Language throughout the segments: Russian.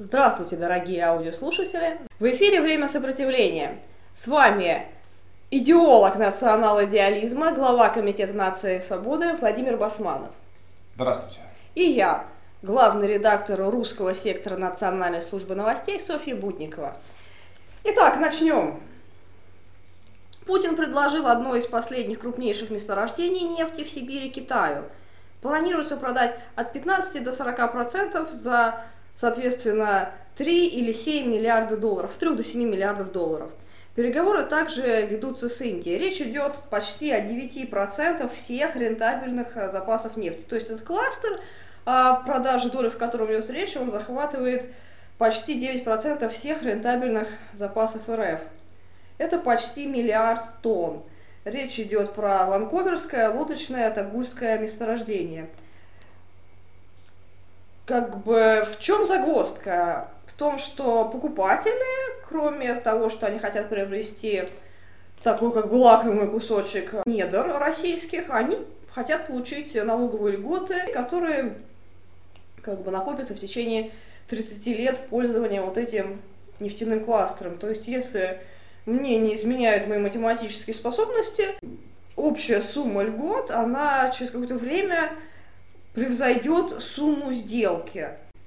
Здравствуйте, дорогие аудиослушатели! В эфире «Время сопротивления». С вами идеолог национал-идеализма, глава Комитета нации и свободы Владимир Басманов. Здравствуйте. И я, главный редактор русского сектора Национальной службы новостей Софья Будникова. Итак, начнем. Путин предложил одно из последних крупнейших месторождений нефти в Сибири Китаю. Планируется продать от 15 до 40% за, соответственно, 3 или 7 миллиарда долларов, 3 до 7 миллиардов долларов. Переговоры также ведутся с Индией. Речь идет почти о 9% всех рентабельных запасов нефти. То есть этот кластер продажи доли, в котором идет речь, он захватывает почти 9% всех рентабельных запасов РФ. Это почти миллиард тонн. Речь идет про Ванкуверское, лодочное, Тагульское месторождение. В чем загвоздка? В том, что покупатели, кроме того, что они хотят приобрести такой лакомый кусочек недр российских, они хотят получить налоговые льготы, которые накопятся в течение 30 лет пользования вот этим нефтяным кластером. То есть, если мне не изменяют мои математические способности, общая сумма льгот, она через какое-то время превзойдет сумму сделки.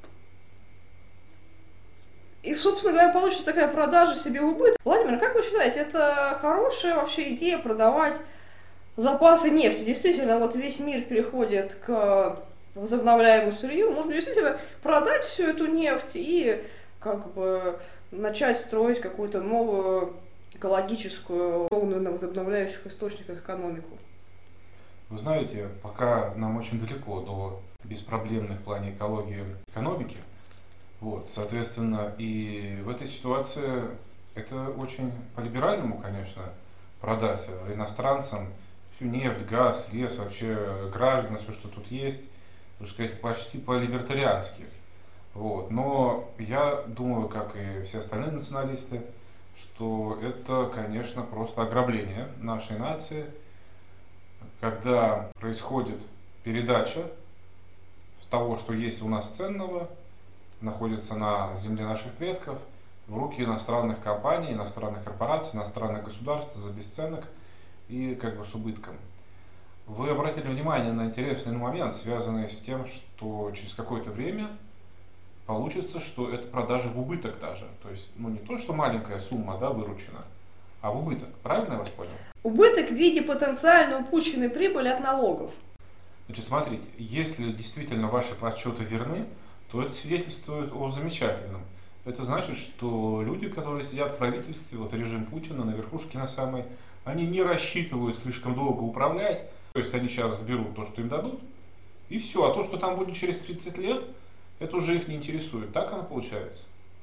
И, собственно говоря, получится такая продажа себе в убыток. Владимир, как вы считаете, это хорошая вообще идея продавать запасы нефти? Действительно, вот весь мир переходит к возобновляемому сырью. Можно действительно продать всю эту нефть и начать строить какую-то новую экологическую, полную на возобновляющих источниках экономику. Вы знаете, пока нам очень далеко до беспроблемной в плане экологии экономики. Соответственно, и в этой ситуации это очень по-либеральному, конечно, продать иностранцам всю нефть, газ, лес, вообще граждан, все, что тут есть, так сказать, почти по-либертариански. Но я думаю, как и все остальные националисты, что это, конечно, просто ограбление нашей нации, когда происходит передача того, что есть у нас ценного, находится на земле наших предков, в руки иностранных компаний, иностранных корпораций, иностранных государств за бесценок и с убытком. Вы обратили внимание на интересный момент, связанный с тем, что через какое-то время получится, что это продажа в убыток даже. То есть, не то, что маленькая сумма, выручена, а в убыток. Правильно я вас понял? Убыток в виде потенциально упущенной прибыли от налогов. Значит, смотрите, если действительно ваши подсчеты верны, то это свидетельствует о замечательном. Это значит, что люди, которые сидят в правительстве, режим Путина на верхушке на самой, они не рассчитывают слишком долго управлять. То есть они сейчас заберут то, что им дадут, и все. А то, что там будет через 30 лет, это уже их не интересует. Так оно получается?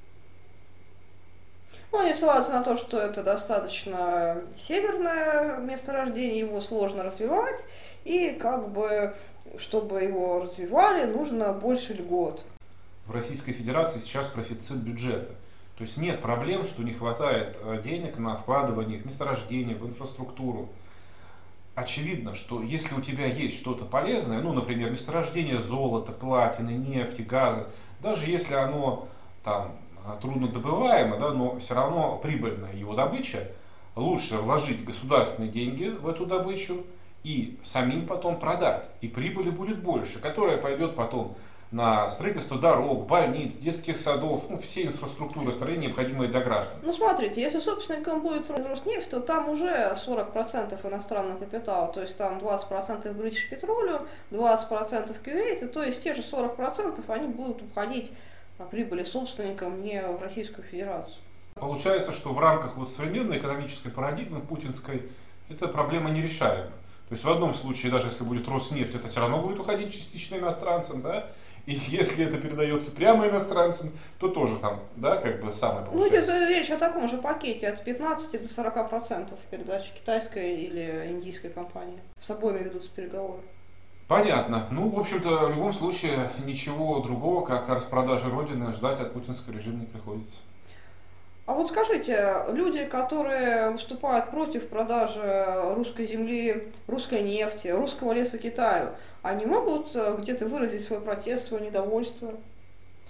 Они ссылаются на то, что это достаточно северное месторождение, его сложно развивать, и чтобы его развивали, нужно больше льгот. В Российской Федерации сейчас профицит бюджета. То есть нет проблем, что не хватает денег на вкладывание в месторождения, в инфраструктуру. Очевидно, что если у тебя есть что-то полезное, например, месторождение золота, платины, нефти, газа, даже если оно трудно добываемо, но все равно прибыльная его добыча, лучше вложить государственные деньги в эту добычу и самим потом продать. И прибыли будет больше, которая пойдет потом на строительство дорог, больниц, детских садов, всей инфраструктуры строения, необходимой для граждан. Смотрите, если собственником будет Роснефть, то там уже 40% иностранного капитала, то есть там 20% British Petroleum, 20% Kuwait, то есть те же 40% они будут уходить на прибыли собственникам не в Российскую Федерацию. Получается, что в рамках современной экономической парадигмы путинской эта проблема нерешаема. То есть в одном случае, даже если будет Роснефть, это все равно будет уходить частично иностранцам, и если это передается прямо иностранцам, то тоже самое получается. Это речь о таком же пакете от 15 до 40% передачи китайской или индийской компании. С обоими ведутся переговоры. Понятно. В общем-то, в любом случае, ничего другого, как распродажи Родины, ждать от путинского режима не приходится. А скажите, люди, которые выступают против продажи русской земли, русской нефти, русского леса Китаю, они могут где-то выразить свой протест, свое недовольство?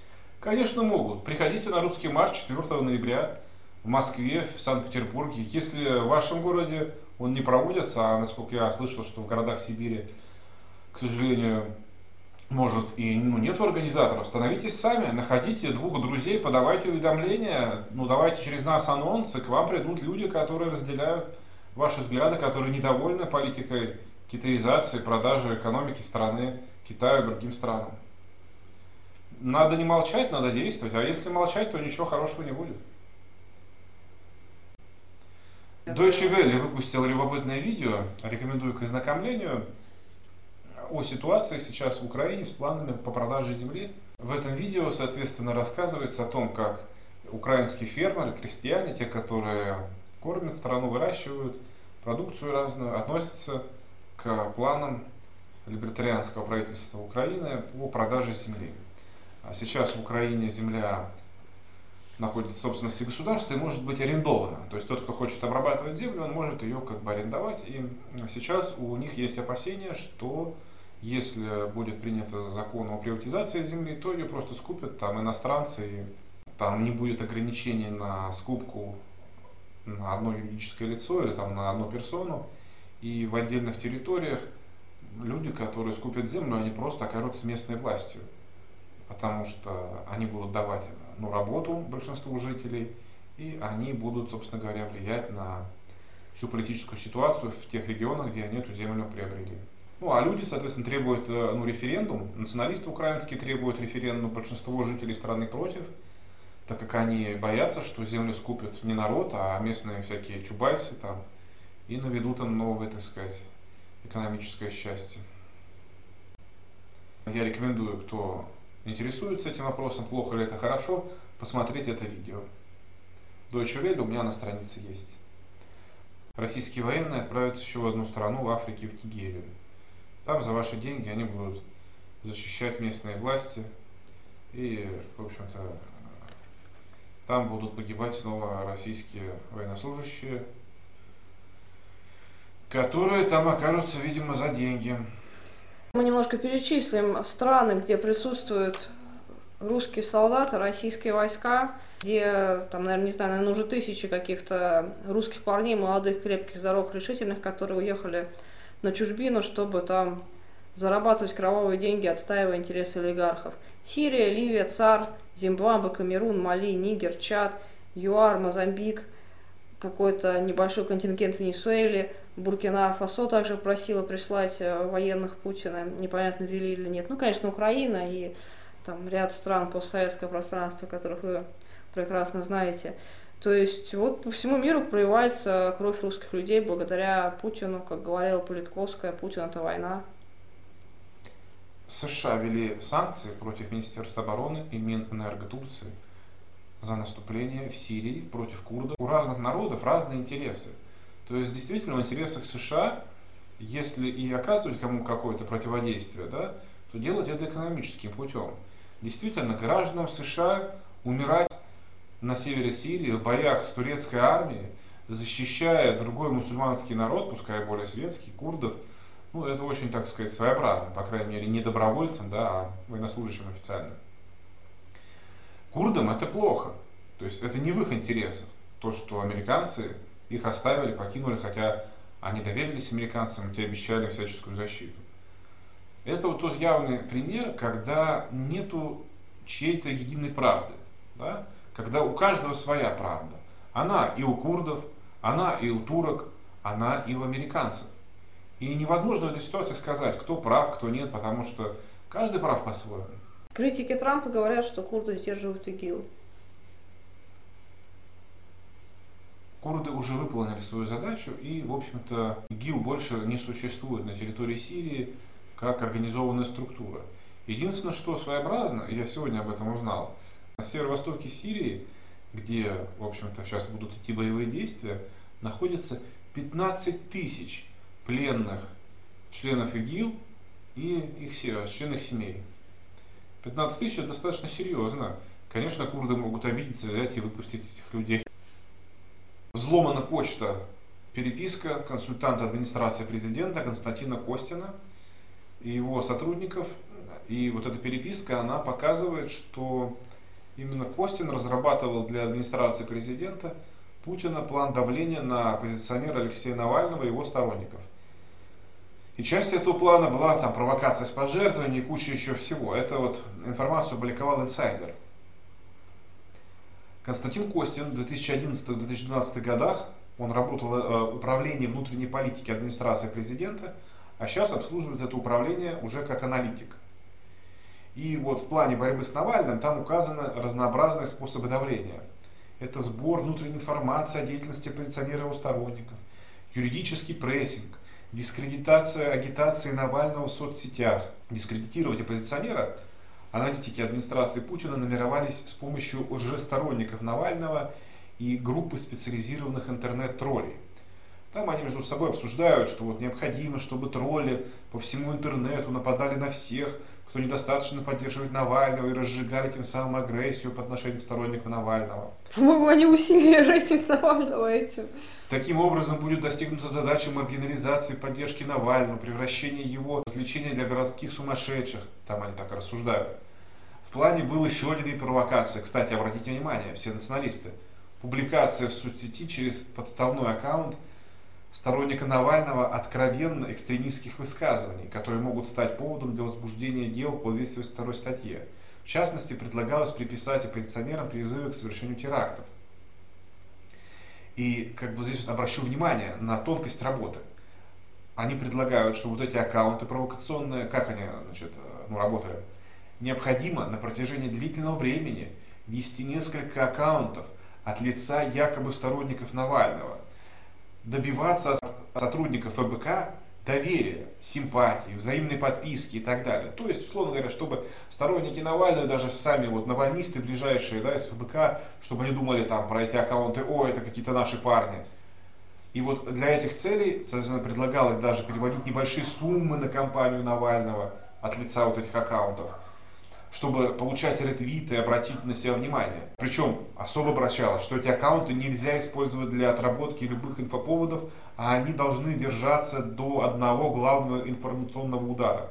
Конечно, могут. Приходите на русский марш 4 ноября в Москве, в Санкт-Петербурге. Если в вашем городе он не проводится, а насколько я слышал, что в городах Сибири, к сожалению, может и нету организаторов, становитесь сами, находите 2 друзей, подавайте уведомления, давайте через нас анонсы, к вам придут люди, которые разделяют ваши взгляды, которые недовольны политикой китаизации, продажи экономики страны Китаю и другим странам. Надо не молчать, надо действовать, а если молчать, то ничего хорошего не будет. Deutsche Welle выпустил любопытное видео, рекомендую к ознакомлению, о ситуации сейчас в Украине с планами по продаже земли. В этом видео, соответственно, рассказывается о том, как украинские фермеры, крестьяне, те, которые кормят страну, выращивают продукцию разную, относятся к планам либертарианского правительства Украины по продаже земли. Сейчас в Украине земля находится в собственности государства и может быть арендована. То есть тот, кто хочет обрабатывать землю, он может ее арендовать. И сейчас у них есть опасения, что если будет принят закон о приватизации земли, то ее просто скупят там иностранцы, и там не будет ограничений на скупку на одно юридическое лицо или там на одну персону. И в отдельных территориях люди, которые скупят землю, они просто окажутся местной властью, потому что они будут давать работу большинству жителей, и они будут, собственно говоря, влиять на всю политическую ситуацию в тех регионах, где они эту землю приобрели. А люди, соответственно, требуют референдум. Националисты украинские требуют референдум, большинство жителей страны против, так как они боятся, что землю скупят не народ, а местные всякие чубайсы там, и наведут им новое, так сказать, экономическое счастье. Я рекомендую, кто интересуется этим вопросом, плохо ли это, хорошо, посмотреть это видео. Deutsche Welle у меня на странице есть. Российские военные отправятся еще в одну страну в Африке, в Нигерию. Там за ваши деньги они будут защищать местные власти, и, в общем-то, там будут погибать снова российские военнослужащие, которые там окажутся, видимо, за деньги. Мы немножко перечислим страны, где присутствуют русские солдаты, российские войска, где, там, наверное, не знаю, уже тысячи каких-то русских парней, молодых, крепких, здоровых, решительных, которые уехали на чужбину, чтобы там зарабатывать кровавые деньги, отстаивая интересы олигархов. Сирия, Ливия, ЦАР, Зимбабве, Камерун, Мали, Нигер, Чад, ЮАР, Мозамбик, какой-то небольшой контингент в Венесуэле, Буркина-Фасо также просила прислать военных Путина, непонятно, ввели или нет. Конечно, Украина и там ряд стран постсоветского пространства, которых вы прекрасно знаете. То есть вот по всему миру проливается кровь русских людей благодаря Путину, как говорила Политковская, Путин — это война. США ввели санкции против Министерства обороны и Минэнерго Турции за наступление в Сирии против курдов. У разных народов разные интересы. То есть действительно в интересах США, если и оказывать кому какое-то противодействие, да, то делать это экономическим путем. Действительно, гражданам США умирать на севере Сирии в боях с турецкой армией, защищая другой мусульманский народ, пускай более светский, курдов, это очень, так сказать, своеобразно, по крайней мере, не добровольцам, да, а военнослужащим официально. Курдам это плохо, то есть это не в их интересах, то, что американцы их оставили, покинули, хотя они доверились американцам, и те обещали им всяческую защиту. Это вот тот явный пример, когда нету чьей-то единой правды, да? Когда у каждого своя правда. Она и у курдов, она и у турок, она и у американцев. И невозможно в этой ситуации сказать, кто прав, кто нет, потому что каждый прав по-своему. Критики Трампа говорят, что курды сдерживают ИГИЛ. Курды уже выполнили свою задачу, и, в общем-то, ИГИЛ больше не существует на территории Сирии как организованная структура. Единственное, что своеобразно, и я сегодня об этом узнал, на северо-востоке Сирии, где, в общем-то, сейчас будут идти боевые действия, находится 15 тысяч пленных членов ИГИЛ и их членов семей. 15 тысяч — это достаточно серьезно. Конечно, курды могут обидеться, взять и выпустить этих людей. Взломана почта, переписка консультанта администрации президента Константина Костина и его сотрудников. И вот эта переписка, она показывает, что Именно Костин разрабатывал для администрации президента Путина план давления на оппозиционера Алексея Навального и его сторонников. И частью этого плана была там провокация с пожертвованиями и куча еще всего. Это вот информацию опубликовал инсайдер. Константин Костин в 2011-2012 годах, он работал в управлении внутренней политики администрации президента, а сейчас обслуживает это управление уже как аналитик. И вот в плане борьбы с Навальным там указаны разнообразные способы давления. Это сбор внутренней информации о деятельности оппозиционера и его сторонников, юридический прессинг, дискредитация агитации Навального в соцсетях. Дискредитировать оппозиционера аналитики администрации Путина намеревались с помощью лжесторонников Навального и группы специализированных интернет-троллей. Там они между собой обсуждают, что вот необходимо, чтобы тролли по всему интернету нападали на всех, кто недостаточно поддерживает Навального, и разжигали тем самым агрессию по отношению к сторонникам Навального. По-моему, они усилили рейтинг Навального этим. Таким образом будет достигнута задача маргинализации поддержки Навального, превращения его в развлечения для городских сумасшедших. Там они так и рассуждают. В плане была еще один вид провокации. Кстати, обратите внимание, все националисты. Публикация в соцсети через подставной аккаунт сторонника Навального откровенно экстремистских высказываний, которые могут стать поводом для возбуждения дел по 282 статье. В частности, предлагалось приписать оппозиционерам призывы к совершению терактов. И как бы здесь обращу внимание на тонкость работы. Они предлагают, что вот эти аккаунты провокационные, как они работали, необходимо на протяжении длительного времени вести несколько аккаунтов от лица якобы сторонников Навального, добиваться от сотрудников ФБК доверия, симпатии, взаимной подписки и так далее. То есть, условно говоря, чтобы сторонники Навального, даже сами вот навальнисты ближайшие, да, из ФБК, чтобы они думали там про эти аккаунты: о, это какие-то наши парни. И вот для этих целей, соответственно, предлагалось даже переводить небольшие суммы на кампанию Навального от лица вот этих аккаунтов, чтобы получать ретвиты и обратить на себя внимание. Причем особо обращалось, что эти аккаунты нельзя использовать для отработки любых инфоповодов, а они должны держаться до одного главного информационного удара.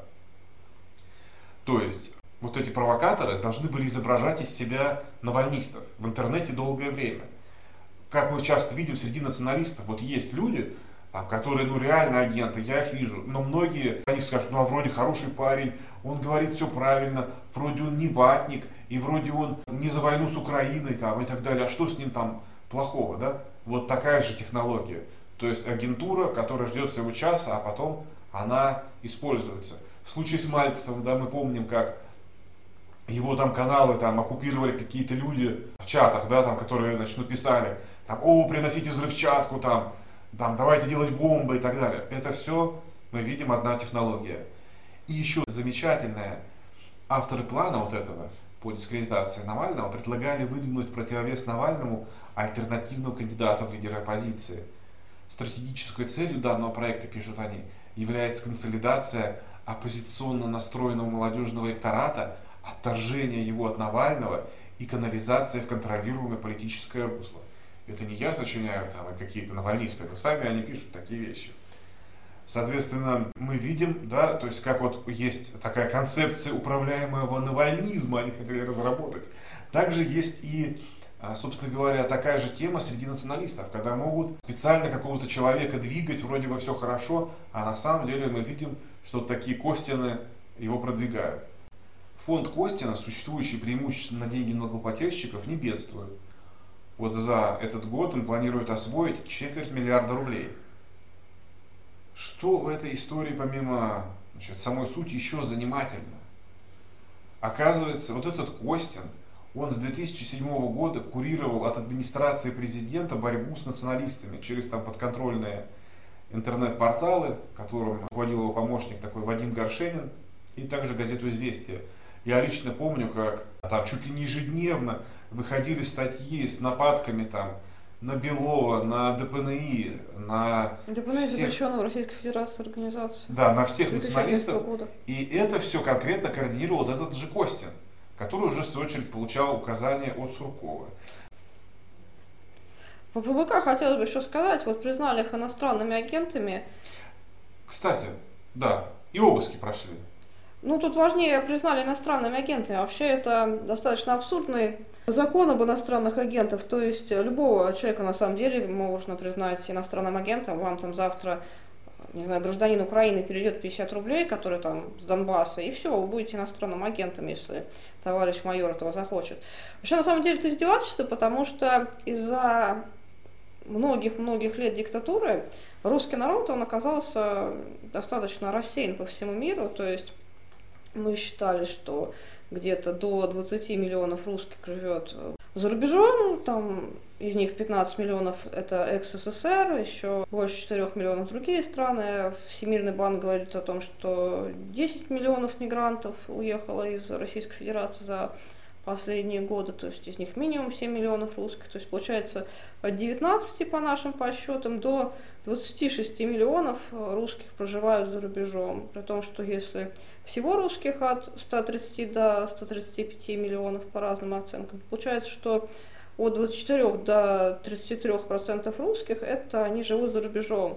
То есть вот эти провокаторы должны были изображать из себя навальнистов в интернете долгое время. Как мы часто видим среди националистов, вот есть люди, там, которые, реально агенты, я их вижу, но многие о них скажут: а вроде хороший парень, он говорит все правильно, вроде он не ватник, и вроде он не за войну с Украиной, там, и так далее, а что с ним там плохого, да? Вот такая же технология. То есть агентура, которая ждет своего часа, а потом она используется. В случае с Мальцевым, да, мы помним, как его там каналы там оккупировали какие-то люди в чатах, да, там, которые, написали, там: о, приносите взрывчатку, там, давайте делать бомбы и так далее. Это все, мы видим, одна технология. И еще замечательное, авторы плана вот этого по дискредитации Навального предлагали выдвинуть в противовес Навальному альтернативного кандидата в лидеры оппозиции. Стратегической целью данного проекта, пишут они, является консолидация оппозиционно настроенного молодежного электората, отторжение его от Навального и канализация в контролируемое политическое русло. Это не я сочиняю там и какие-то навальнисты, это сами они пишут такие вещи. Соответственно, мы видим, да, то есть как вот есть такая концепция управляемого навальнизма, они хотели разработать. Также есть и, собственно говоря, такая же тема среди националистов, когда могут специально какого-то человека двигать, вроде бы все хорошо, а на самом деле мы видим, что такие Костины его продвигают. Фонд Костина, существующий преимущественно на деньги налогоплательщиков, не бедствует. Вот за этот год он планирует освоить 250 миллиарда рублей. Что в этой истории, помимо самой сути, еще занимательно? Оказывается, вот этот Костин, он с 2007 года курировал от администрации президента борьбу с националистами через там подконтрольные интернет-порталы, которым руководил его помощник такой Вадим Горшенин, и также газету «Известия». Я лично помню, как там чуть ли не ежедневно выходили статьи с нападками там на Белова, на ДПНИ, на ДПНИ, запрещенная в Российской Федерации организация. Да, на всех националистов. И это все конкретно координировал вот этот же Костин, который уже в свою очередь получал указания от Суркова. По ПБК хотелось бы еще сказать, вот признали их иностранными агентами. Кстати, да, и обыски прошли. Тут важнее признали иностранными агентами. Вообще это достаточно абсурдный Закон об иностранных агентах, то есть любого человека на самом деле можно признать иностранным агентом. Вам там завтра, не знаю, гражданин Украины перейдет 50 рублей, который там с Донбасса, и все, вы будете иностранным агентом, если товарищ майор этого захочет. Вообще, на самом деле, это издевательство, потому что из-за многих-многих лет диктатуры русский народ, он оказался достаточно рассеян по всему миру, то есть мы считали, что где-то до 20 миллионов русских живет за рубежом, там из них 15 миллионов это экс-СССР, еще больше 4 миллионов другие страны. Всемирный банк говорит о том, что 10 миллионов мигрантов уехало из Российской Федерации за последние годы, то есть из них минимум 7 миллионов русских, то есть получается от 19 по нашим подсчетам до 26 миллионов русских проживают за рубежом, при том, что если всего русских от 130 до 135 миллионов по разным оценкам, получается, что от 24 до 33% русских это они живут за рубежом,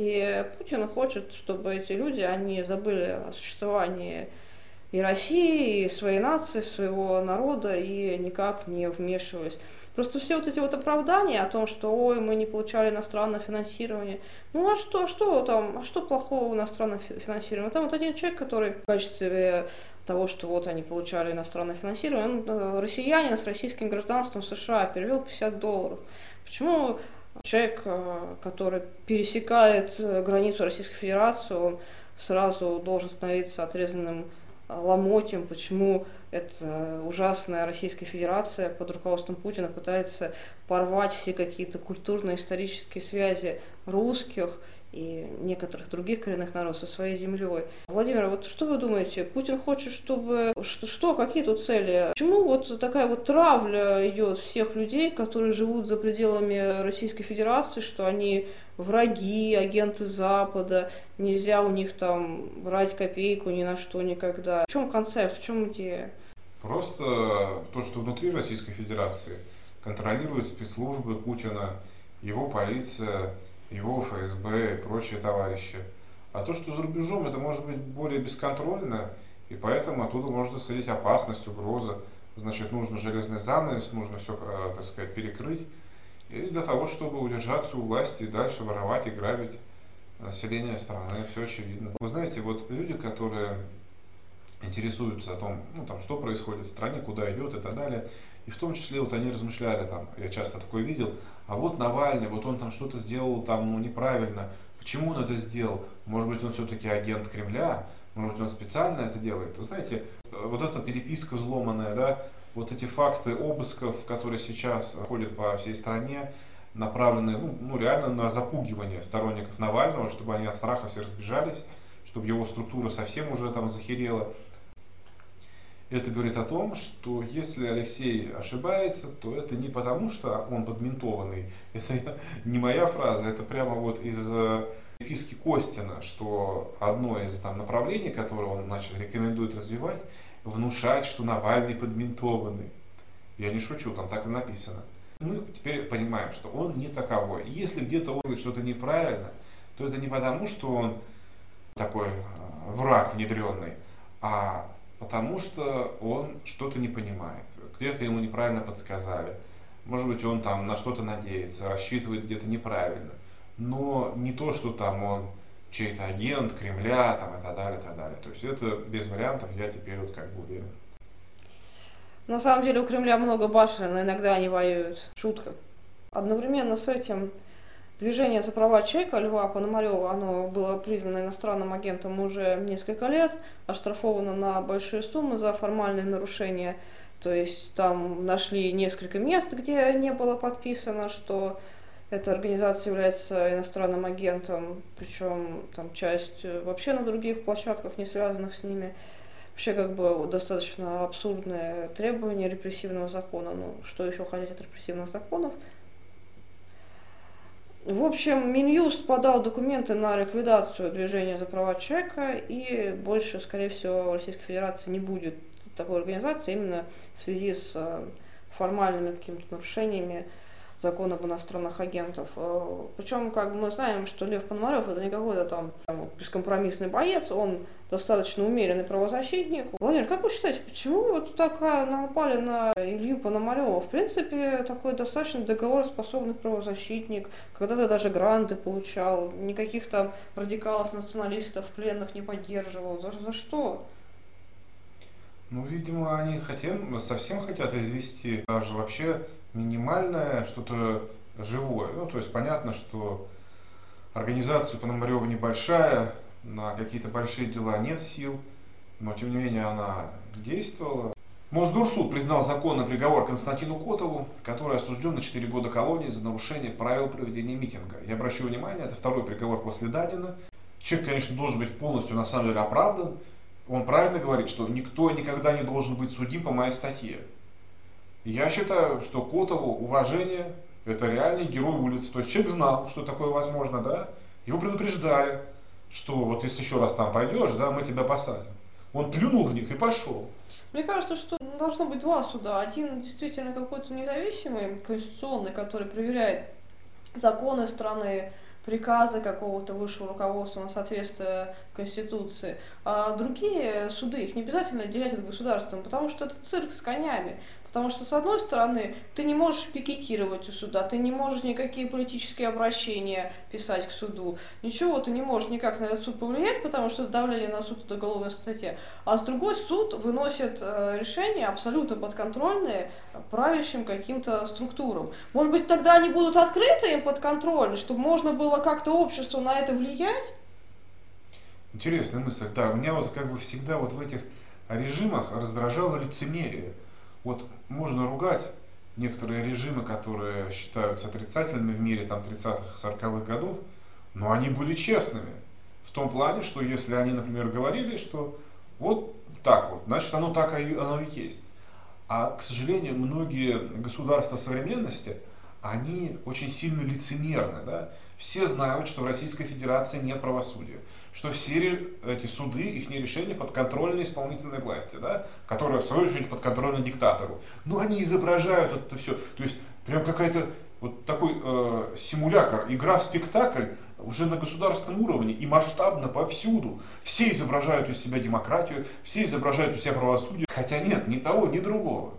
и Путин хочет, чтобы эти люди, они забыли о существовании и России, и своей нации, своего народа, и никак не вмешивались. Просто все вот эти вот оправдания о том, что ой, мы не получали иностранное финансирование. Ну а что там, а что плохого в иностранном финансировании? Там вот один человек, который в качестве того, что вот они получали иностранное финансирование, он россиянин с российским гражданством США перевел $50. Почему человек, который пересекает границу Российской Федерации, он сразу должен становиться отрезанным ломотьем, почему эта ужасная Российская Федерация под руководством Путина пытается порвать все какие-то культурно-исторические связи русских и некоторых других коренных народов со своей землей. Владимир, вот что вы думаете, Путин хочет, чтобы... Что, какие тут цели? Почему вот такая вот травля идет всех людей, которые живут за пределами Российской Федерации, что они враги, агенты Запада, нельзя у них там брать копейку ни на что никогда? В чем концепт, в чем идея? Просто то, что внутри Российской Федерации контролируют спецслужбы Путина, его полиция, его ФСБ и прочие товарищи. А то, что за рубежом, это может быть более бесконтрольно, и поэтому оттуда может исходить опасность, угроза. Значит, нужно железный занавес, нужно все, так сказать, перекрыть. И для того, чтобы удержаться у власти и дальше воровать и грабить население страны, все очевидно. Вы знаете, вот люди, которые интересуются о том, ну, там, что происходит в стране, куда идет и так далее, и в том числе вот они размышляли, там, я часто такое видел, а вот Навальный, вот он там что-то сделал там, ну, неправильно, почему он это сделал? Может быть, он все-таки агент Кремля, может быть, он специально это делает? Вы знаете, вот эта переписка взломанная, да, вот эти факты обысков, которые сейчас ходят по всей стране, направлены, ну, реально на запугивание сторонников Навального, чтобы они от страха все разбежались, чтобы его структура совсем уже там захерела. Это говорит о том, что если Алексей ошибается, то это не потому, что он подментованный. Это не моя фраза, это прямо вот из переписки Костина, что одно из там направлений, которое он, значит, рекомендует развивать, внушать, что Навальный подментованный. Я не шучу, там так и написано. Мы теперь понимаем, что он не таковой. И если где-то он говорит что-то неправильно, то это не потому, что он такой враг внедренный, а потому что он что-то не понимает. Где-то ему неправильно подсказали. Может быть, он там на что-то надеется, рассчитывает где-то неправильно. Но не то, что там он чей-то агент Кремля там, и так далее, и так далее. То есть это без вариантов, я теперь вот как бы уверен. На самом деле у Кремля много башен, но иногда они воюют. Шутка. Одновременно с этим движение за права человека Льва Пономарева, оно было признано иностранным агентом уже несколько лет, оштрафовано на большие суммы за формальные нарушения. То есть там нашли несколько мест, где не было подписано, что эта организация является иностранным агентом, причем там часть вообще на других площадках, не связанных с ними. Вообще как бы достаточно абсурдные требования репрессивного закона. Ну, что еще хотеть от репрессивных законов? В общем, Минюст подал документы на ликвидацию движения за права человека, и больше, скорее всего, в Российской Федерации не будет такой организации именно в связи с формальными какими-то нарушениями закон об иностранных агентов. Причем, как бы мы знаем, что Лев Пономарев это не какой-то там бескомпромиссный боец, он достаточно умеренный правозащитник. Владимир, как вы считаете, почему вот так напали на Илью Пономарева? В принципе, такой достаточно договороспособный правозащитник, когда-то даже гранты получал, никаких там радикалов, националистов, пленных не поддерживал. За что? Ну, видимо, они совсем хотят извести даже вообще минимальное что-то живое. Ну, то есть понятно, что организация Пономарева небольшая, на какие-то большие дела нет сил, но тем не менее она действовала. Мосгорсуд признал законный приговор Константину Котову, который осужден на 4 года колонии за нарушение правил проведения митинга. Я обращу внимание, это второй приговор после Дадина. Человек, конечно, должен быть полностью на самом деле оправдан. Он правильно говорит, что никто никогда не должен быть судим по моей статье. Я считаю, что Котову уважение – это реальный герой улицы. То есть человек знал, что такое возможно, да? Его предупреждали, что вот если еще раз там пойдешь, да, мы тебя посадим. Он плюнул в них и пошел. Мне кажется, что должно быть два суда. Один действительно какой-то независимый, конституционный, который проверяет законы страны, приказы какого-то высшего руководства на соответствие Конституции. А другие суды, их не обязательно отделять от государства, потому что это цирк с конями. Потому что, с одной стороны, ты не можешь пикетировать у суда, ты не можешь никакие политические обращения писать к суду, ничего ты не можешь никак на этот суд повлиять, потому что это давление на суд – это уголовная статья. А с другой, суд выносит решения абсолютно подконтрольные правящим каким-то структурам. Может быть, тогда они будут открыты им подконтрольны, чтобы можно было как-то обществу на это влиять? Интересная мысль. Да, меня вот как бы всегда вот в этих режимах раздражало лицемерие. Вот можно ругать некоторые режимы, которые считаются отрицательными в мире там 30-х, 40-х годов, но они были честными. В том плане, что если они, например, говорили, что вот так вот, значит оно так оно и есть. А, к сожалению, многие государства современности, они очень сильно лицемерны. Да? Все знают, что в Российской Федерации нет правосудия, что все эти суды, их решения подконтрольны исполнительной власти, да? Которая в свою очередь подконтрольна диктатору. Но они изображают это все. То есть прям какая-то вот такой симулятор, игра в спектакль уже на государственном уровне и масштабно повсюду. Все изображают из себя демократию, все изображают из себя правосудие, хотя нет ни того, ни другого.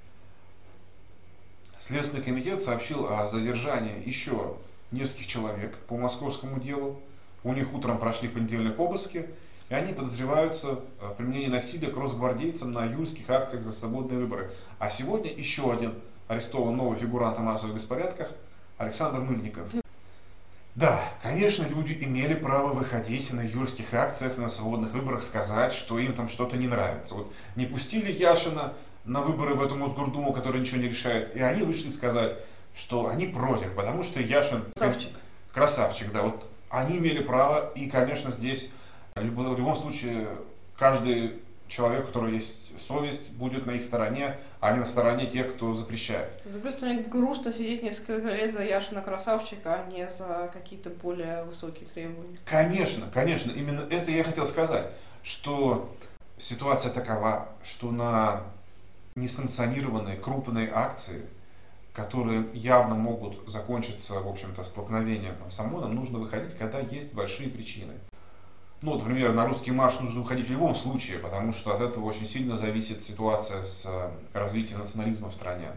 Следственный комитет сообщил о задержании еще нескольких человек по московскому делу. У них утром прошли в понедельник обыски, и они подозреваются в применении насилия к росгвардейцам на июльских акциях за свободные выборы. А сегодня еще один арестован новый фигурант о массовых беспорядках Александр Мыльников. Да, конечно, люди имели право выходить на июльских акциях, на свободных выборах, сказать, что им там что-то не нравится. Вот не пустили Яшина на выборы в эту Мосгордуму, которая ничего не решает, и они вышли сказать, что они против, потому что Яшин... Красавчик. Красавчик, да. Вот они имели право, и, конечно, здесь в любом случае каждый человек, у которого есть совесть, будет на их стороне, а не на стороне тех, кто запрещает. С другой стороны, грустно сидеть несколько лет за Яшина Красавчика, а не за какие-то более высокие требования. Конечно, конечно, именно это я хотел сказать, что ситуация такова, что на несанкционированные крупные акции, которые явно могут закончиться, в общем-то, столкновением с ОМОНом, нужно выходить, когда есть большие причины. Ну, например, на русский марш нужно выходить в любом случае, потому что от этого очень сильно зависит ситуация с развитием национализма в стране.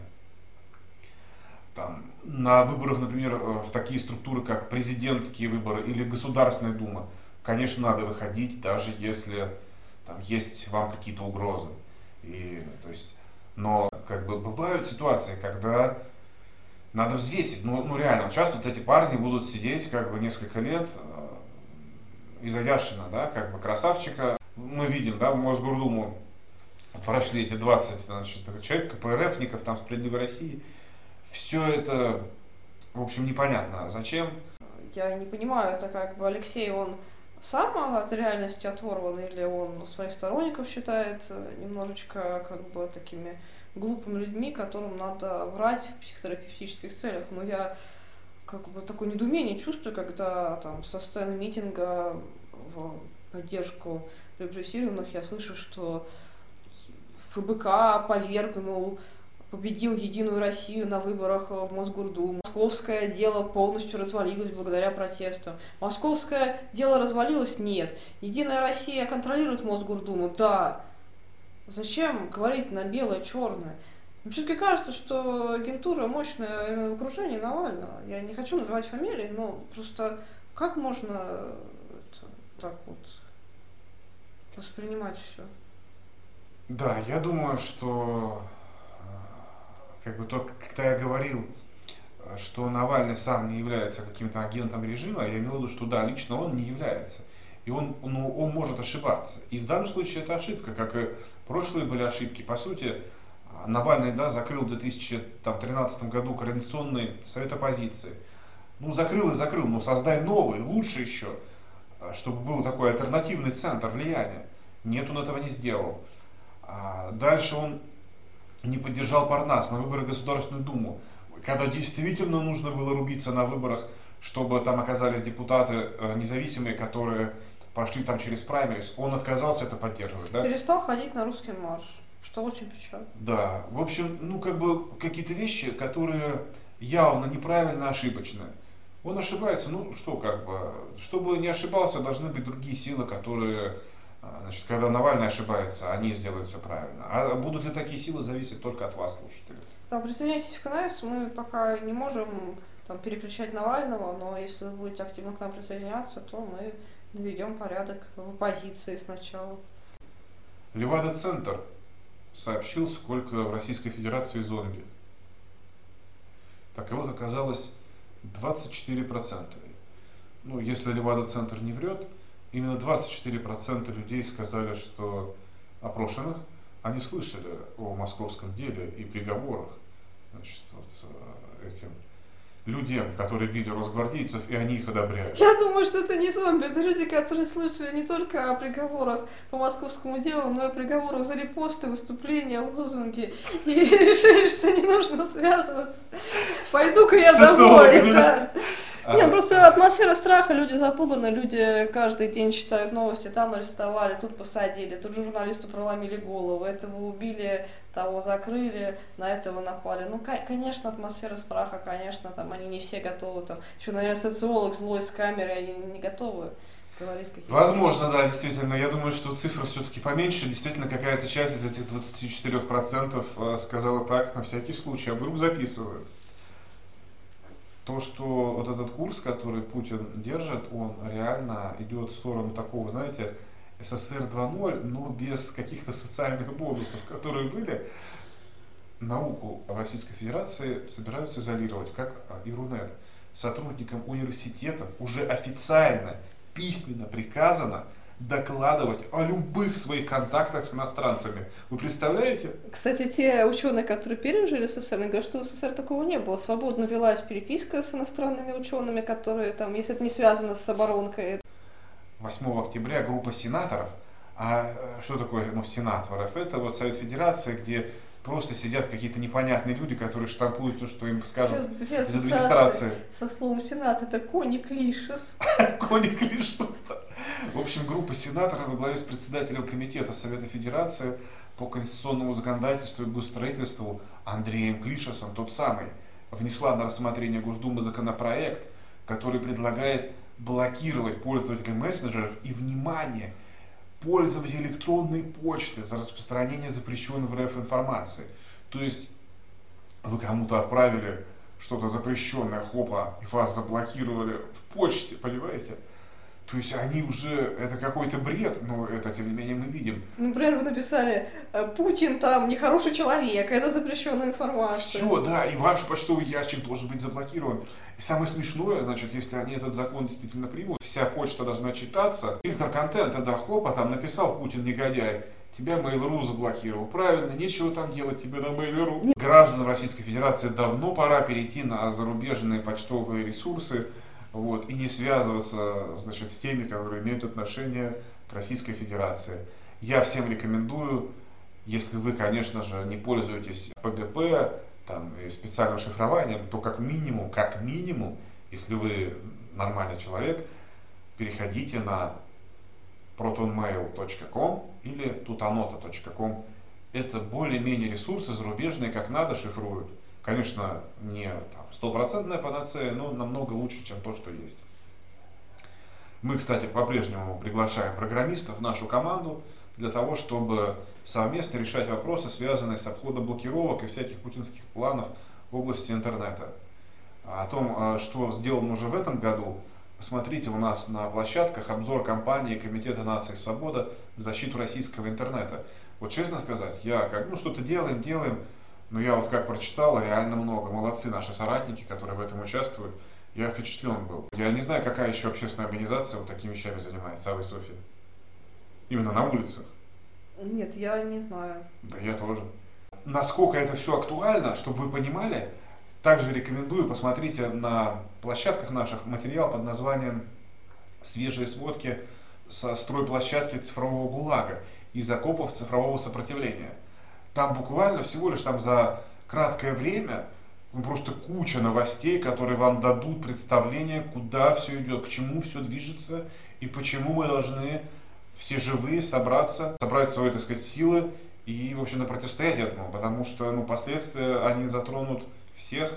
Там, на выборах, например, в такие структуры, как президентские выборы или Государственная Дума, конечно, надо выходить, даже если там есть вам какие-то угрозы. То есть, но как бы бывают ситуации, когда надо взвесить. Ну реально, часто вот эти парни будут сидеть как бы несколько лет из-за Яшина, да, как бы красавчика. Мы видим, да, в Мосгордуму прошли эти 20 человек, КПРФников, там, «Справедливой России». Все это, в общем, непонятно. Зачем? Я не понимаю, это как бы Алексей, он сам от реальности оторван, или он своих сторонников считает немножечко как бы такими глупыми людьми, которым надо врать в психотерапевтических целях. Но я как бы такое недоумение чувствую, когда там со сцены митинга в поддержку репрессированных я слышу, что ФБК повергнул победил Единую Россию на выборах в Мосгордуму. Московское дело полностью развалилось благодаря протестам. Московское дело развалилось? Нет. Единая Россия контролирует Мосгордуму? Да. Зачем говорить на белое-черное? Мне все-таки кажется, что агентура мощная именно в окружении Навального. Я не хочу называть фамилии, но просто как можно так вот воспринимать все? Да, я думаю, что когда я говорил, что Навальный сам не является каким-то агентом режима, я имел в виду, что да, лично он не является. И он может ошибаться. И в данном случае это ошибка, как и прошлые были ошибки. По сути, Навальный, закрыл в 2013 году Координационный совет оппозиции. Закрыл и закрыл, но создай новый, лучше еще, чтобы был такой альтернативный центр влияния. Нет, он этого не сделал. Дальше он не поддержал Парнас на выборы в Государственную Думу, когда действительно нужно было рубиться на выборах, чтобы там оказались депутаты независимые, которые прошли там через праймерис. Он отказался это поддерживать. Да? Перестал ходить на русский марш, что очень печально. Да, в общем, какие-то вещи, которые явно неправильно, ошибочны. Он ошибается, чтобы не ошибался, должны быть другие силы, которые, когда Навальный ошибается, они сделают все правильно. А будут ли такие силы, зависит только от вас, слушатели. Да, присоединяйтесь к КНС, мы пока не можем переключать Навального, но если вы будете активно к нам присоединяться, то мы наведем порядок в оппозиции сначала. Левада-центр сообщил, сколько в Российской Федерации зомби. Таковых оказалось 24%. Если Левада-центр не врет, именно 24% людей сказали, что опрошенных, они слышали о московском деле и приговорах этим людям, которые били росгвардейцев, и они их одобряют. Я думаю, что это не зомби, это люди, которые слышали не только о приговорах по московскому делу, но и о приговорах за репосты, выступления, лозунги, и решили, что не нужно связываться. Пойду-ка я домой. Да. Нет, просто атмосфера страха, люди запуганы, люди каждый день читают новости, там арестовали, тут посадили, тут журналисту проломили голову, этого убили, того закрыли, на этого напали. Конечно, атмосфера страха, конечно, там они не все готовы, еще, наверное, социолог злой с камерой, они не готовы говорить какие-то Возможно, вещи. Да, действительно. Я думаю, что цифра все-таки поменьше. Действительно, какая-то часть из этих 24% сказала так, на всякий случай, а вдруг записывают. То, что вот этот курс, который Путин держит, он реально идет в сторону такого, знаете, СССР 2.0, но без каких-то социальных бонусов, которые были. Науку в Российской Федерации собираются изолировать, как и Рунет. Сотрудникам университетов уже официально, письменно приказано докладывать о любых своих контактах с иностранцами. Вы представляете? Кстати, те ученые, которые пережили СССР, они говорят, что в СССР такого не было. Свободно велась переписка с иностранными учеными, которые если это не связано с оборонкой. 8 октября группа сенаторов, а что такое сенат в РФ? Это Совет Федерации, где просто сидят какие-то непонятные люди, которые штампуют все, что им скажут из администрации. Со словом сенат это коник-лишес. Коник-лишес. В общем, группа сенаторов во главе с председателем комитета Совета Федерации по конституционному законодательству и госстроительству Андреем Клишесом, тот самый, внесла на рассмотрение Госдумы законопроект, который предлагает блокировать пользователей мессенджеров и, внимание, пользователей электронной почты за распространение запрещенной в РФ информации. То есть вы кому-то отправили что-то запрещенное, хопа, и вас заблокировали в почте, понимаете? То есть они уже, это какой-то бред, но это, тем не менее, мы видим. Например, вы написали, Путин там нехороший человек, это запрещенная информация. Все, да, и ваш почтовый ящик должен быть заблокирован. И самое смешное, если они этот закон действительно примут, вся почта должна читаться. Фильтр контента, хопа, там написал Путин негодяй, тебя Mail.ru заблокировал. Правильно, нечего там делать тебе на Mail.ru. Гражданам Российской Федерации давно пора перейти на зарубежные почтовые ресурсы, и не связываться, с теми, которые имеют отношение к Российской Федерации. Я всем рекомендую, если вы, конечно же, не пользуетесь ПГП и специальным шифрованием, то как минимум, если вы нормальный человек, переходите на protonmail.com или tutanota.com это более-менее ресурсы зарубежные как надо шифруют. Конечно, не стопроцентная панацея, но намного лучше, чем то, что есть. Мы, кстати, по-прежнему приглашаем программистов в нашу команду для того, чтобы совместно решать вопросы, связанные с обходом блокировок и всяких путинских планов в области интернета. О том, что сделано уже в этом году, посмотрите у нас на площадках обзор кампании Комитета нации Свобода в защиту российского интернета. Вот честно сказать, я что-то делаем, но я вот как прочитал, реально много. Молодцы наши соратники, которые в этом участвуют. Я впечатлен был. Я не знаю, какая еще общественная организация вот такими вещами занимается, а вы, Софья? Именно на улицах? Нет, я не знаю. Да я тоже. Насколько это все актуально, чтобы вы понимали, также рекомендую, посмотрите на площадках наших материал под названием «Свежие сводки со стройплощадки цифрового ГУЛАГа из окопов цифрового сопротивления». Там буквально всего лишь за краткое время просто куча новостей, которые вам дадут представление, куда все идет, к чему все движется и почему мы должны все живые собраться, собрать свои, так сказать, силы и, в общем-то, противостоять этому, потому что последствия они затронут всех.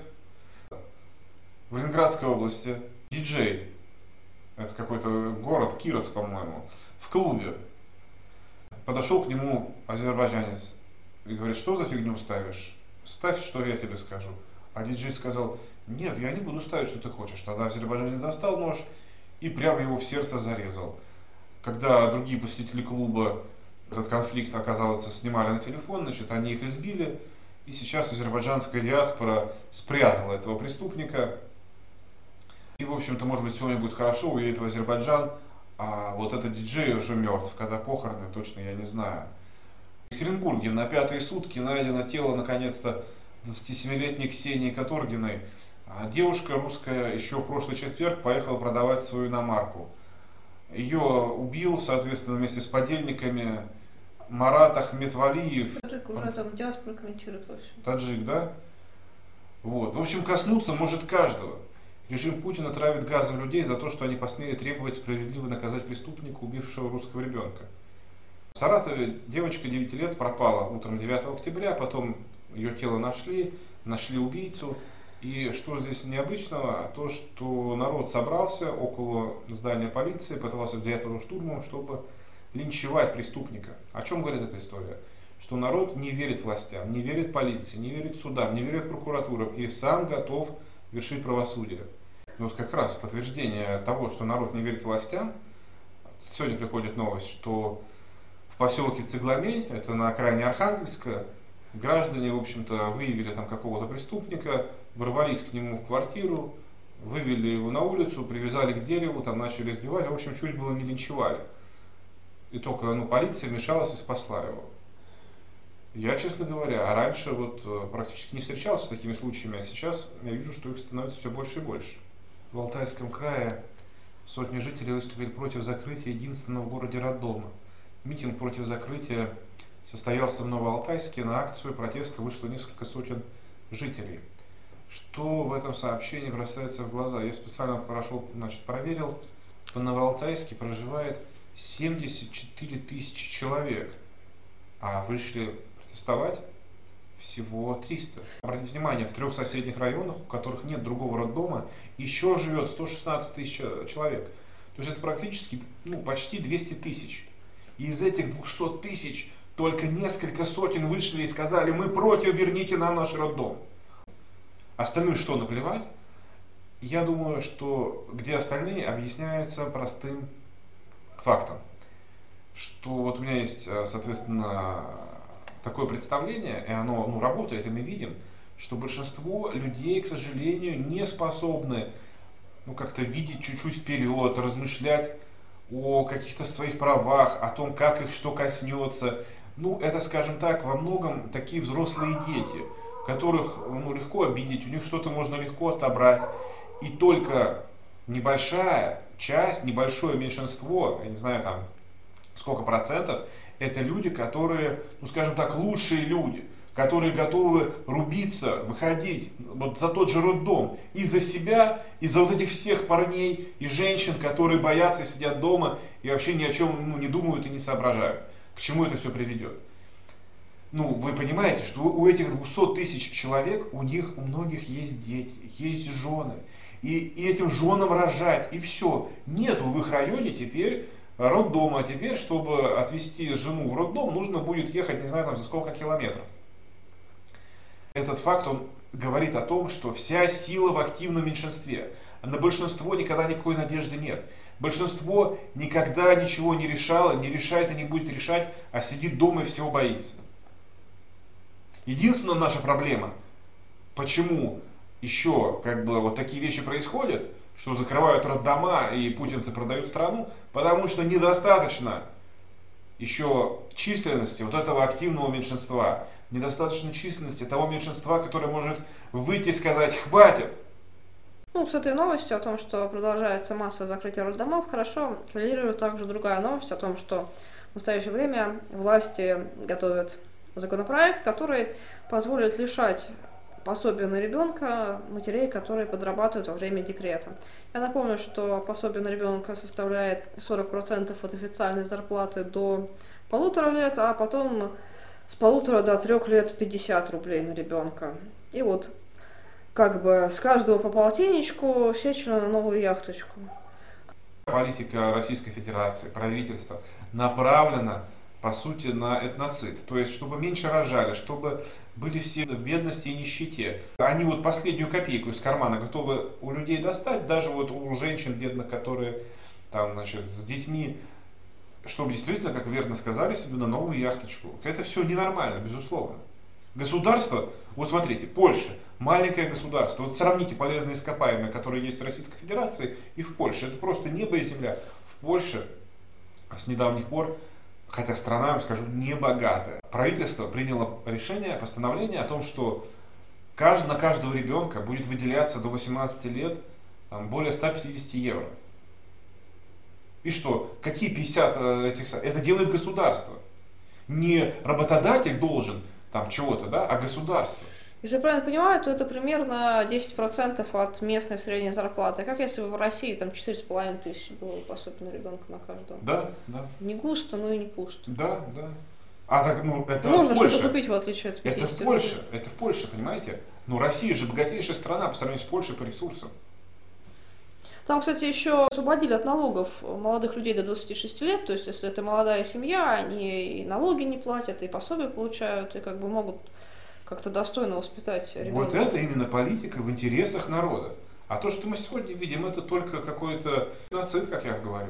В Ленинградской области диджей, это какой-то город, Кировск, по-моему, в клубе, подошел к нему азербайджанец и говорит: что за фигню ставишь? Ставь, что я тебе скажу. А диджей сказал: нет, я не буду ставить, что ты хочешь. Тогда азербайджанец достал нож и прямо его в сердце зарезал. Когда другие посетители клуба этот конфликт, оказалось, снимали на телефон, они их избили. И сейчас азербайджанская диаспора спрятала этого преступника. И, в общем-то, может быть, сегодня будет хорошо, уедет в Азербайджан, а вот этот диджей уже мертв. Когда похороны, точно я не знаю. В Екатеринбурге на 5-е сутки найдено тело, наконец-то, 27-летней Ксении Каторгиной. Девушка русская еще в прошлый четверг поехала продавать свою иномарку. Ее убил, соответственно, вместе с подельниками Марат Ахметвалиев. Таджик уже там диаспора комментирует, в общем. Таджик, да? Вот. В общем, коснуться может каждого. Режим Путина травит газом людей за то, что они посмели требовать справедливо наказать преступника, убившего русского ребенка. В Саратове девочка 9 лет пропала утром 9 октября, потом ее тело нашли убийцу. И что здесь необычного? То, что народ собрался около здания полиции, пытался взять его штурмом, чтобы линчевать преступника. О чем говорит эта история? Что народ не верит властям, не верит полиции, не верит судам, не верит прокуратурам и сам готов вершить правосудие. И вот как раз подтверждение того, что народ не верит властям, сегодня приходит новость, что в поселке Цыгламень, это на окраине Архангельска, граждане, в общем-то, выявили там какого-то преступника, ворвались к нему в квартиру, вывели его на улицу, привязали к дереву, там начали избивать, в общем, чуть было не линчевали. И только полиция вмешалась и спасла его. Я, честно говоря, раньше практически не встречался с такими случаями, а сейчас я вижу, что их становится все больше и больше. В Алтайском крае сотни жителей выступили против закрытия единственного в городе роддома. Митинг против закрытия состоялся в Новоалтайске. На акцию протеста вышло несколько сотен жителей. Что в этом сообщении бросается в глаза? Я специально проверил. В Новоалтайске проживает 74 тысячи человек, а вышли протестовать всего 300. Обратите внимание, в 3 соседних районах, у которых нет другого роддома, еще живет 116 тысяч человек. То есть это практически почти 200 тысяч. И из этих 200 тысяч только несколько сотен вышли и сказали: мы против, верните нам наш роддом. Остальным что, наплевать? Я думаю, что где остальные, объясняется простым фактом. Что у меня есть, соответственно, такое представление, и оно работает, и мы видим, что большинство людей, к сожалению, не способны как-то видеть чуть-чуть вперед, размышлять о каких-то своих правах, о том, как их что коснется. Это, скажем так, во многом такие взрослые дети, которых легко обидеть, у них что-то можно легко отобрать. И только небольшая часть, небольшое меньшинство, я не знаю сколько процентов, это люди, которые, скажем так, лучшие люди, которые готовы рубиться, выходить за тот же роддом и за себя, и за этих всех парней и женщин, которые боятся, сидят дома и вообще ни о чем не думают и не соображают. К чему это все приведет? Ну, вы понимаете, что у этих 200 тысяч человек, у многих есть дети, есть жены. И этим женам рожать, и все. Нету в их районе теперь роддома. Теперь, чтобы отвезти жену в роддом, нужно будет ехать, не знаю, там за сколько километров. Этот факт, он говорит о том, что вся сила в активном меньшинстве. На большинство никогда никакой надежды нет. Большинство никогда ничего не решало, не решает и не будет решать, а сидит дома и всего боится. Единственная наша проблема, почему еще вот такие вещи происходят, что закрывают роддома и путинцы продают страну, потому что недостаточно еще численности вот этого активного меньшинства, недостаточно численности того меньшинства, которое может выйти и сказать «хватит». Ну, с этой новостью о том, что продолжается массовое закрытие роддомов, хорошо коррелирует также другая новость о том, что в настоящее время власти готовят законопроект, который позволит лишать пособия на ребенка матерей, которые подрабатывают во время декрета. Я напомню, что пособие на ребенка составляет 40% от официальной зарплаты до 1,5 лет, а потом с 1,5 до 3 лет 50 рублей на ребенка. И вот как бы с каждого по полтинничку сечено на новую яхточку. Политика Российской Федерации, правительства направлена, по сути, на этноцид. То есть, чтобы меньше рожали, чтобы были все в бедности и нищете. Они вот последнюю копейку из кармана готовы у людей достать, даже вот у женщин бедных, которые там, значит, с детьми, чтобы действительно, как верно сказали, себе на новую яхточку. Это все ненормально, безусловно. Государство, вот смотрите, Польша, маленькое государство. Вот сравните полезные ископаемые, которые есть в Российской Федерации и в Польше. Это просто небо и земля. В Польше с недавних пор, хотя страна, я вам скажу, не богатая, правительство приняло решение, постановление о том, что на каждого ребенка будет выделяться до 18 лет более 150 евро. И что? Какие 50 этих... Это делает государство. Не работодатель должен там чего-то, да, а государство. Если я правильно понимаю, то это примерно 10% от местной средней зарплаты. Как если бы в России там 4,5 тысячи было бы пособие на ребенка на каждого? Да, да. Не густо, но и не пусто. Да, да. А так, это можно в Польше. что-то купить, в отличие от 50 Это в Польше, это в Польше, понимаете? Ну, Россия же богатейшая страна по сравнению с Польшей по ресурсам. Там, кстати, еще освободили от налогов молодых людей до 26 лет, то есть, если это молодая семья, они и налоги не платят, и пособия получают, и как бы могут как-то достойно воспитать ребенка. Вот это именно политика в интересах народа. А то, что мы сегодня видим, это только какой-то нацид, как я говорю.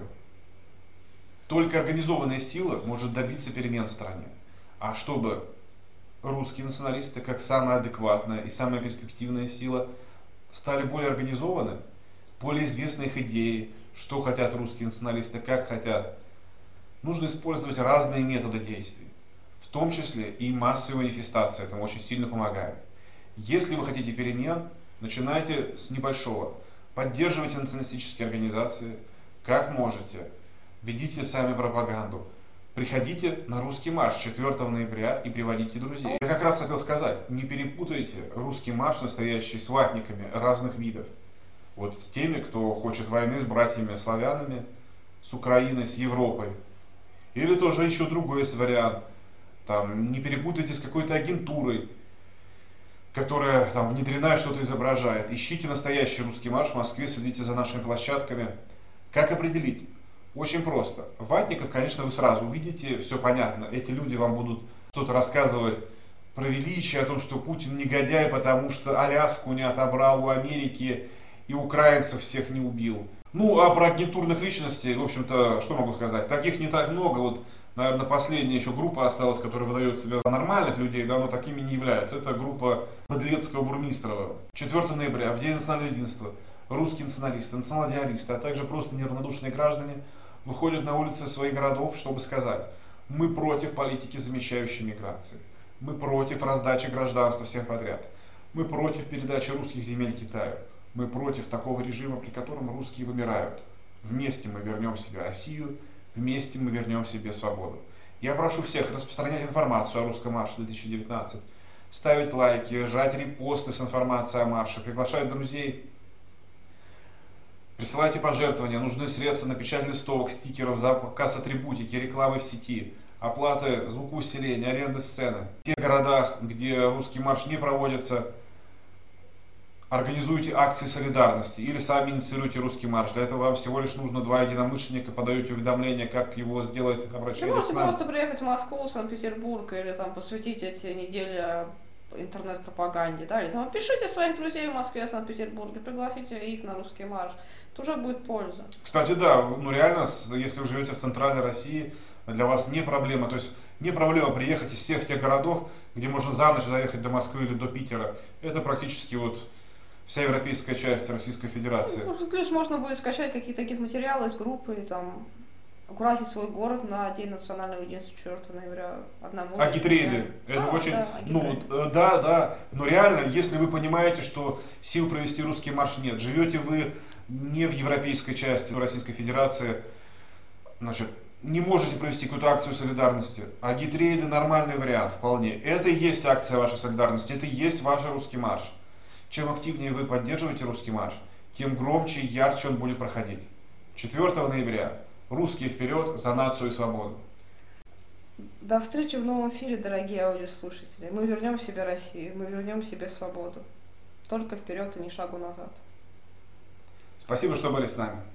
Только организованная сила может добиться перемен в стране. А чтобы русские националисты, как самая адекватная и самая перспективная сила, стали более организованы, более известны их идеи, что хотят русские националисты, как хотят, нужно использовать разные методы действий. В том числе и массовые манифестации этому очень сильно помогают. Если вы хотите перемен, начинайте с небольшого. Поддерживайте националистические организации, как можете. Ведите сами пропаганду. Приходите на русский марш 4 ноября и приводите друзей. Я как раз хотел сказать, не перепутайте русский марш, настоящий с ватниками разных видов. Вот с теми, кто хочет войны с братьями-славянами, с Украиной, с Европой. Или тоже еще другой есть вариант. Там, не перепутайте с какой-то агентурой, которая там внедрена и что-то изображает. Ищите настоящий русский марш в Москве, следите за нашими площадками. Как определить? Очень просто. Ватников, конечно, вы сразу увидите, все понятно. Эти люди вам будут что-то рассказывать про величие, о том, что Путин негодяй, потому что Аляску не отобрал у Америки и украинцев всех не убил. Ну, а про агентурных личностей, в общем-то, что могу сказать? Таких не так много. Вот, наверное, последняя еще группа осталась, которая выдает себя за нормальных людей, да, но такими не являются. Это группа Подлецкого, Бурмистрова. 4 ноября, в День национального единства, русские националисты, национал-идеалисты, а также просто неравнодушные граждане выходят на улицы своих городов, чтобы сказать: мы против политики замещающей миграции, мы против раздачи гражданства всем подряд, мы против передачи русских земель Китаю, мы против такого режима, при котором русские вымирают. Вместе мы вернем себе Россию, вместе мы вернем себе свободу. Я прошу всех распространять информацию о русском марше 2019, ставить лайки, жать репосты с информацией о марше, приглашать друзей. Присылайте пожертвования, нужны средства на печать листовок, стикеров, за показ атрибутики, рекламы в сети. оплаты звукоусиления, аренды сцены. В тех городах, где русский марш не проводится, организуйте акции солидарности или сами инициируйте русский марш. Для этого вам всего лишь нужно 2 единомышленника, подаете уведомление, как его сделать, Вы обращайтесь можете к нам. просто приехать в Москву, Санкт-Петербург или там посвятить эти недели интернет-пропаганде, да, или там пишите своих друзей в Москве, Санкт-Петербурге, пригласите их на русский марш, это уже будет польза. Кстати, да, ну реально, если вы живете в центральной России, для вас не проблема. То есть не проблема приехать из всех тех городов, где можно за ночь доехать до Москвы или до Питера. Это практически вот вся европейская часть Российской Федерации. Ну, плюс можно будет скачать какие-то такие материалы из группы, и там украсить свой город на День национального единства 4 ноября одному. Агитрейды. Это да, очень... да, ну, да. Но реально, если вы понимаете, что сил провести русский марш нет, живете вы не в европейской части Российской Федерации, значит, не можете провести какую-то акцию солидарности. Агитрейды нормальный вариант, вполне. Это и есть акция вашей солидарности, это и есть ваш русский марш. Чем активнее вы поддерживаете русский марш, тем громче и ярче он будет проходить. 4 ноября. Русские вперед за нацию и свободу. До встречи в новом эфире, дорогие аудиослушатели. Мы вернем себе Россию, мы вернем себе свободу. Только вперед и ни шагу назад. Спасибо, что были с нами.